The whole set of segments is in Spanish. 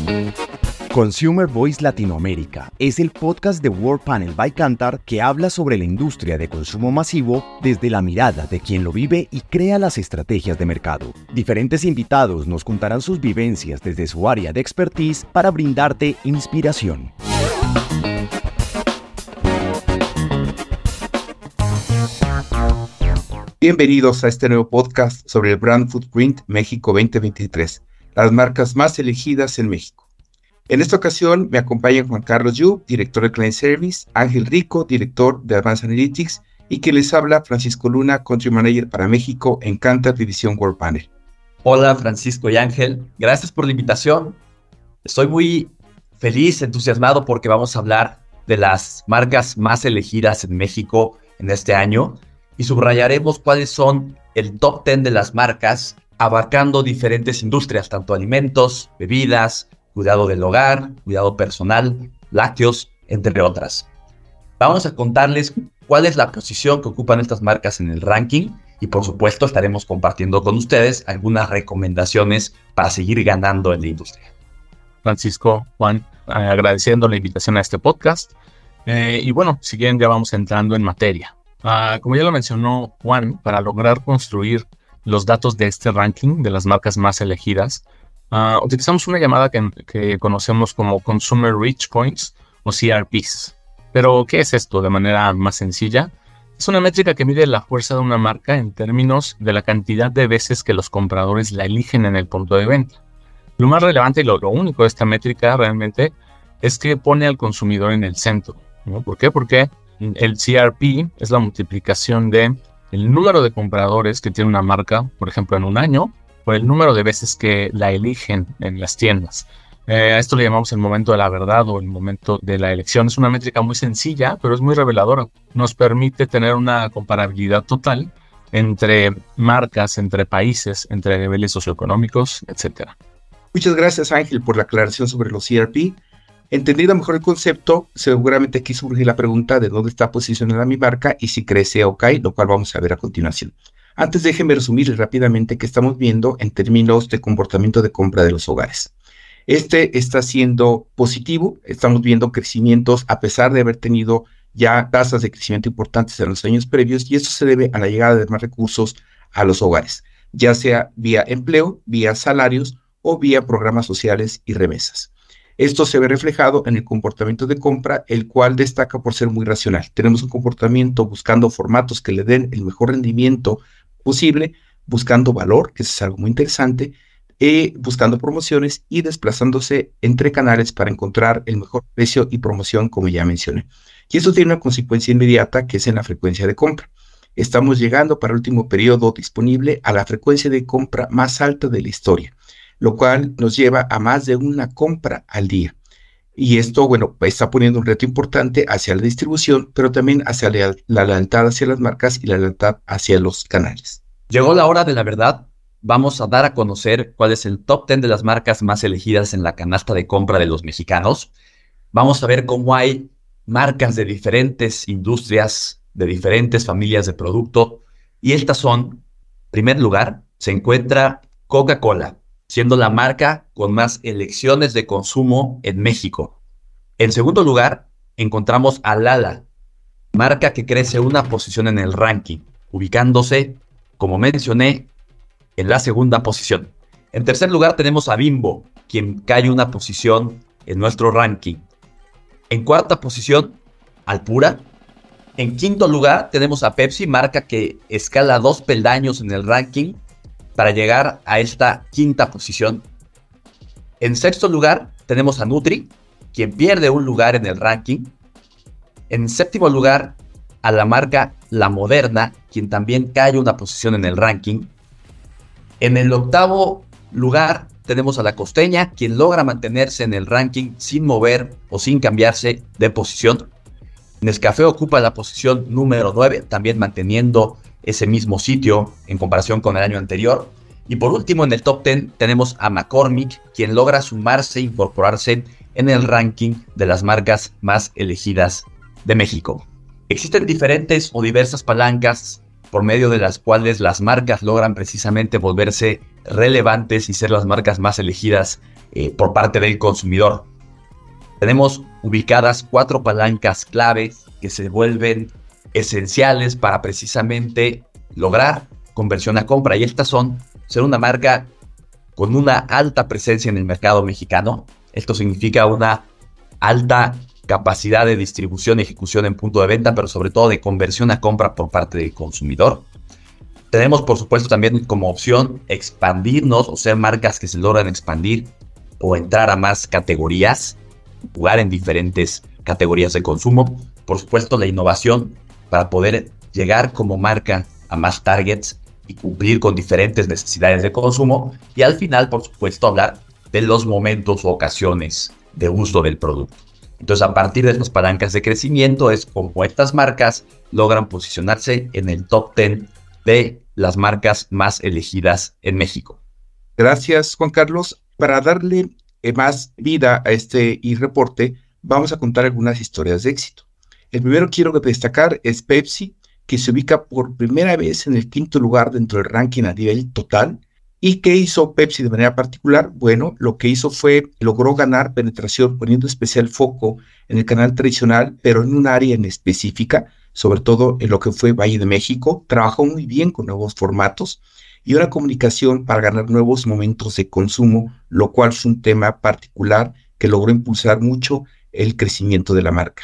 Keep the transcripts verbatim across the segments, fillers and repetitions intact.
Consumer Voice Latinoamérica es el podcast de World Panel by Kantar que habla sobre la industria de consumo masivo desde la mirada de quien lo vive y crea las estrategias de mercado. Diferentes invitados nos contarán sus vivencias desde su área de expertise para brindarte inspiración. Bienvenidos a este nuevo podcast sobre el Brand Footprint México veinte veintitrés, las marcas más elegidas en México. En esta ocasión me acompañan Juan Carlos Yu, director de Client Service, Ángel Rico, director de Advanced Analytics, y quien les habla, Francisco Luna, Country Manager para México en Kantar División World Panel. Hola Francisco y Ángel, gracias por la invitación. Estoy muy feliz, entusiasmado porque vamos a hablar de las marcas más elegidas en México en este año y subrayaremos cuáles son el top diez de las marcas abarcando diferentes industrias, tanto alimentos, bebidas, cuidado del hogar, cuidado personal, lácteos, entre otras. Vamos a contarles cuál es la posición que ocupan estas marcas en el ranking y por supuesto estaremos compartiendo con ustedes algunas recomendaciones para seguir ganando en la industria. Francisco, Juan, agradeciendo la invitación a este podcast. Eh, y bueno, si quieren ya vamos entrando en materia. Uh, como ya lo mencionó Juan, para lograr construir los datos de este ranking de las marcas más elegidas, Uh, utilizamos una llamada que, que conocemos como Consumer Reach Points o C R Ps. Pero, ¿qué es esto de manera más sencilla? Es una métrica que mide la fuerza de una marca en términos de la cantidad de veces que los compradores la eligen en el punto de venta. Lo más relevante y lo, lo único de esta métrica realmente es que pone al consumidor en el centro, ¿no? ¿Por qué? Porque el C R P es la multiplicación de el número de compradores que tiene una marca, por ejemplo, en un año, por el número de veces que la eligen en las tiendas. Eh, a esto le llamamos el momento de la verdad o el momento de la elección. Es una métrica muy sencilla, pero es muy reveladora. Nos permite tener una comparabilidad total entre marcas, entre países, entre niveles socioeconómicos, etcétera. Muchas gracias, Ángel, por la aclaración sobre los C R P. Entendido mejor el concepto, seguramente aquí surge la pregunta de dónde está posicionada mi marca y si crece o cae, lo cual vamos a ver a continuación. Antes déjenme resumir rápidamente qué estamos viendo en términos de comportamiento de compra de los hogares. Este está siendo positivo, estamos viendo crecimientos a pesar de haber tenido ya tasas de crecimiento importantes en los años previos y esto se debe a la llegada de más recursos a los hogares, ya sea vía empleo, vía salarios o vía programas sociales y remesas. Esto se ve reflejado en el comportamiento de compra, el cual destaca por ser muy racional. Tenemos un comportamiento buscando formatos que le den el mejor rendimiento posible, buscando valor, que es algo muy interesante, eh, buscando promociones y desplazándose entre canales para encontrar el mejor precio y promoción, como ya mencioné. Y esto tiene una consecuencia inmediata que es en la frecuencia de compra. Estamos llegando para el último periodo disponible a la frecuencia de compra más alta de la historia, lo cual nos lleva a más de una compra al día. Y esto, bueno, está poniendo un reto importante hacia la distribución, pero también hacia la, la lealtad hacia las marcas y la lealtad hacia los canales. Llegó la hora de la verdad. Vamos a dar a conocer cuál es el top diez de las marcas más elegidas en la canasta de compra de los mexicanos. Vamos a ver cómo hay marcas de diferentes industrias, de diferentes familias de producto. Y estas son, en primer lugar, se encuentra Coca-Cola, siendo la marca con más elecciones de consumo en México. En segundo lugar, encontramos a Lala, marca que crece una posición en el ranking, ubicándose, como mencioné, en la segunda posición. En tercer lugar tenemos a Bimbo, quien cae una posición en nuestro ranking. En cuarta posición, Alpura. En quinto lugar tenemos a Pepsi, marca que escala dos peldaños en el ranking para llegar a esta quinta posición. En sexto lugar tenemos a Nutri, quien pierde un lugar en el ranking. En séptimo lugar a la marca La Moderna, quien también cae una posición en el ranking. En el octavo lugar tenemos a La Costeña, quien logra mantenerse en el ranking sin mover o sin cambiarse de posición. Nescafé ocupa la posición número nueve, también manteniendo ese mismo sitio en comparación con el año anterior. Y por último, en el top diez tenemos a McCormick, quien logra sumarse e incorporarse en el ranking de las marcas más elegidas de México. Existen diferentes o diversas palancas por medio de las cuales las marcas logran precisamente volverse relevantes y ser las marcas más elegidas eh, por parte del consumidor. Tenemos ubicadas cuatro palancas claves que se vuelven esenciales para precisamente lograr conversión a compra. Y estas son ser una marca con una alta presencia en el mercado mexicano. Esto significa una alta capacidad de distribución y ejecución en punto de venta, pero sobre todo de conversión a compra por parte del consumidor. Tenemos, por supuesto, también como opción expandirnos o ser marcas que se logran expandir o entrar a más categorías, jugar en diferentes categorías de consumo. Por supuesto, la innovación para poder llegar como marca a más targets y cumplir con diferentes necesidades de consumo. Y al final, por supuesto, hablar de los momentos o ocasiones de uso del producto. Entonces, a partir de estas palancas de crecimiento es como estas marcas logran posicionarse en el top diez de las marcas más elegidas en México. Gracias, Juan Carlos. Para darle eh, más vida a este e-reporte, vamos a contar algunas historias de éxito. El primero quiero destacar es Pepsi, que se ubica por primera vez en el quinto lugar dentro del ranking a nivel total. ¿Y qué hizo Pepsi de manera particular? Bueno, lo que hizo fue, logró ganar penetración poniendo especial foco en el canal tradicional, pero en un área en específica, sobre todo en lo que fue Valle de México. Trabajó muy bien con nuevos formatos y una comunicación para ganar nuevos momentos de consumo, lo cual fue un tema particular que logró impulsar mucho el crecimiento de la marca.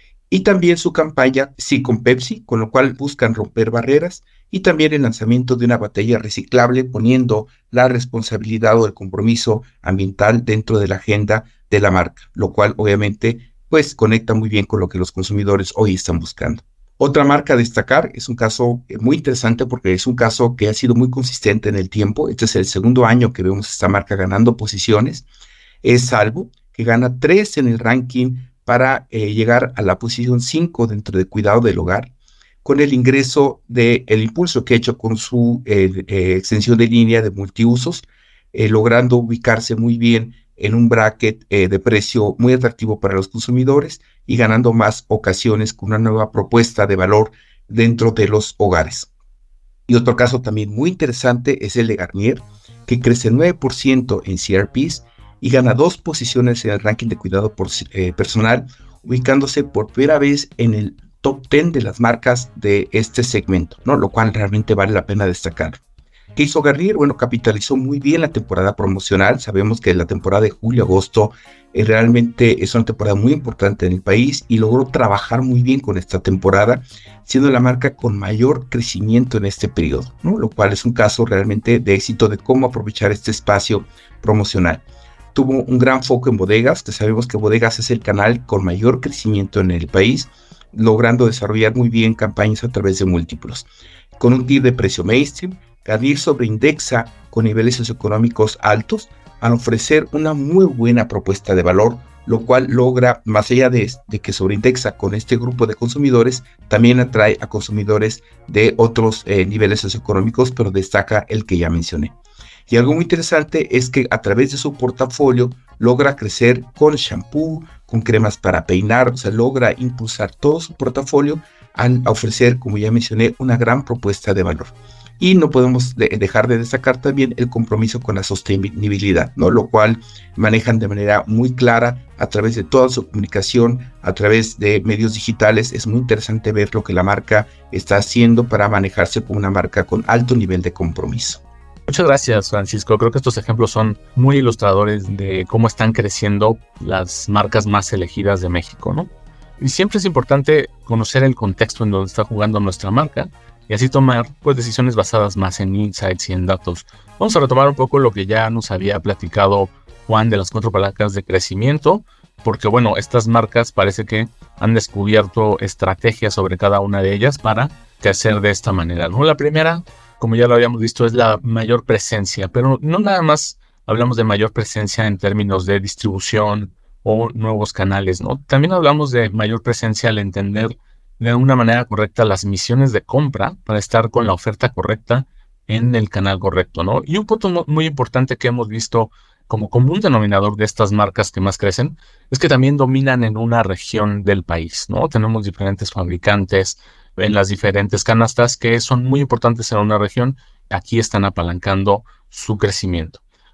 Y también su campaña, sí, con Pepsi, con lo cual buscan romper barreras, y también el lanzamiento de una botella reciclable, poniendo la responsabilidad o el compromiso ambiental dentro de la agenda de la marca, lo cual obviamente pues conecta muy bien con lo que los consumidores hoy están buscando. Otra marca a destacar es un caso muy interesante porque es un caso que ha sido muy consistente en el tiempo. Este es el segundo año que vemos esta marca ganando posiciones. Es Salvo, que gana tres en el ranking para eh, llegar a la posición cinco dentro de cuidado del hogar, con el ingreso del impulso que ha hecho con su eh, eh, extensión de línea de multiusos, eh, logrando ubicarse muy bien en un bracket eh, de precio muy atractivo para los consumidores y ganando más ocasiones con una nueva propuesta de valor dentro de los hogares. Y otro caso también muy interesante es el de Garnier, que crece nueve por ciento en C R Ps y gana dos posiciones en el ranking de cuidado por, eh, personal, ubicándose por primera vez en el top diez de las marcas de este segmento, ¿no? Lo cual realmente vale la pena destacar. ¿Qué hizo Garnier? Bueno, capitalizó muy bien la temporada promocional. Sabemos que la temporada de julio-agosto eh, realmente es una temporada muy importante en el país y logró trabajar muy bien con esta temporada, siendo la marca con mayor crecimiento en este periodo, ¿no? Lo cual es un caso realmente de éxito de cómo aprovechar este espacio promocional. Tuvo un gran foco en bodegas, que sabemos que bodegas es el canal con mayor crecimiento en el país, logrando desarrollar muy bien campañas a través de múltiplos. Con un tier de precio mainstream, Garnier sobreindexa con niveles socioeconómicos altos al ofrecer una muy buena propuesta de valor, lo cual logra, más allá de, de que sobreindexa con este grupo de consumidores, también atrae a consumidores de otros eh, niveles socioeconómicos, pero destaca el que ya mencioné. Y algo muy interesante es que a través de su portafolio logra crecer con shampoo, con cremas para peinar, o sea, logra impulsar todo su portafolio al ofrecer, como ya mencioné, una gran propuesta de valor. Y no podemos de dejar de destacar también el compromiso con la sostenibilidad, ¿no? Lo cual manejan de manera muy clara a través de toda su comunicación, a través de medios digitales. Es muy interesante ver lo que la marca está haciendo para manejarse como una marca con alto nivel de compromiso. Muchas gracias, Francisco. Creo que estos ejemplos son muy ilustradores de cómo están creciendo las marcas más elegidas de México, ¿no? Y siempre es importante conocer el contexto en donde está jugando nuestra marca y así tomar pues, decisiones basadas más en insights y en datos. Vamos a retomar un poco lo que ya nos había platicado Juan de las cuatro palancas de crecimiento, porque bueno, estas marcas parece que han descubierto estrategias sobre cada una de ellas para crecer de esta manera, ¿no? La primera, como ya lo habíamos visto, es la mayor presencia, pero no nada más hablamos de mayor presencia en términos de distribución o nuevos canales, ¿no? También hablamos de mayor presencia al entender de una manera correcta las misiones de compra para estar con la oferta correcta en el canal correcto, ¿no? Y un punto muy importante que hemos visto como común denominador de estas marcas que más crecen es que también dominan en una región del país, ¿no? Tenemos diferentes fabricantes en las diferentes canastas que son muy importantes en una región. Aquí están apalancando su crecimiento.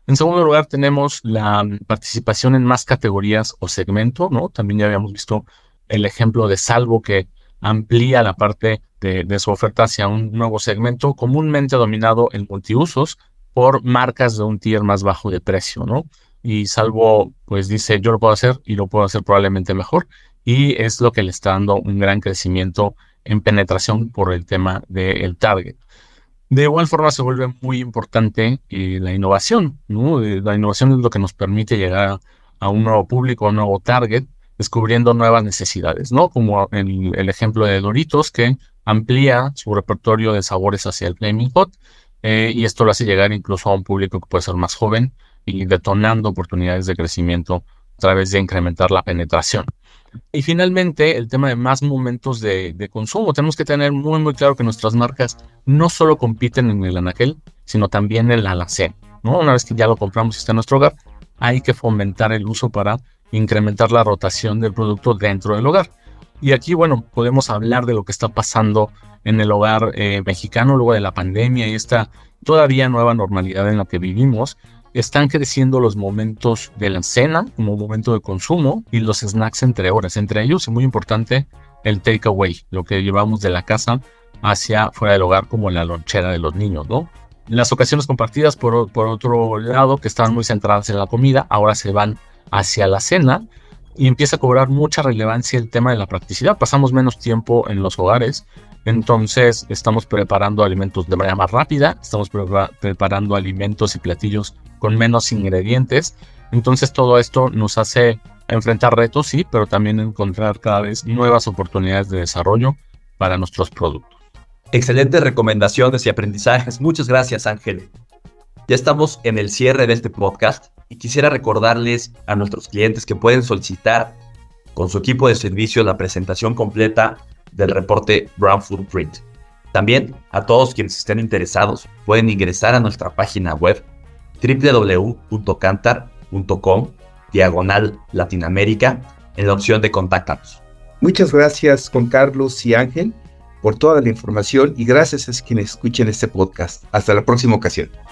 En segundo lugar, tenemos la participación en más categorías o segmento, ¿no? También ya habíamos visto el ejemplo de Salvo, que amplía la parte de, de su oferta hacia un nuevo segmento, comúnmente dominado en multiusos por marcas de un tier más bajo de precio, ¿no? Y Salvo, pues dice, yo lo puedo hacer y lo puedo hacer probablemente mejor, y es lo que le está dando un gran crecimiento en penetración por el tema del target. De igual forma se vuelve muy importante eh, la innovación, ¿no? Eh, la innovación es lo que nos permite llegar a, a un nuevo público, a un nuevo target, descubriendo nuevas necesidades, ¿no? Como el, el ejemplo de Doritos, que amplía su repertorio de sabores hacia el Flaming Hot, eh, y esto lo hace llegar incluso a un público que puede ser más joven y detonando oportunidades de crecimiento a través de incrementar la penetración. Y finalmente, el tema de más momentos de, de consumo. Tenemos que tener muy, muy claro que nuestras marcas no solo compiten en el anaquel, sino también en la alacena, ¿no? Una vez que ya lo compramos y está en nuestro hogar, hay que fomentar el uso para incrementar la rotación del producto dentro del hogar. Y aquí, bueno, podemos hablar de lo que está pasando en el hogar eh, mexicano luego de la pandemia y esta todavía nueva normalidad en la que vivimos. Están creciendo los momentos de la cena como momento de consumo y los snacks entre horas. Entre ellos es muy importante el takeaway, lo que llevamos de la casa hacia fuera del hogar como la lonchera de los niños, ¿no? Las ocasiones compartidas, por, por otro lado, que estaban muy centradas en la comida, ahora se van hacia la cena y empieza a cobrar mucha relevancia el tema de la practicidad. Pasamos menos tiempo en los hogares, entonces estamos preparando alimentos de manera más rápida, estamos pre- preparando alimentos y platillos con menos ingredientes. Entonces todo esto nos hace enfrentar retos, sí, pero también encontrar cada vez nuevas oportunidades de desarrollo para nuestros productos. Excelentes recomendaciones y aprendizajes. Muchas gracias, Ángel. Ya estamos en el cierre de este podcast y quisiera recordarles a nuestros clientes que pueden solicitar con su equipo de servicio la presentación completa del reporte Brown Footprint. También a todos quienes estén interesados pueden ingresar a nuestra página web doble u doble u doble u punto kantar punto com diagonal Latinoamérica en la opción de Contáctanos. Muchas gracias, Juan Carlos y Ángel, por toda la información y gracias a quienes escuchen este podcast. Hasta la próxima ocasión.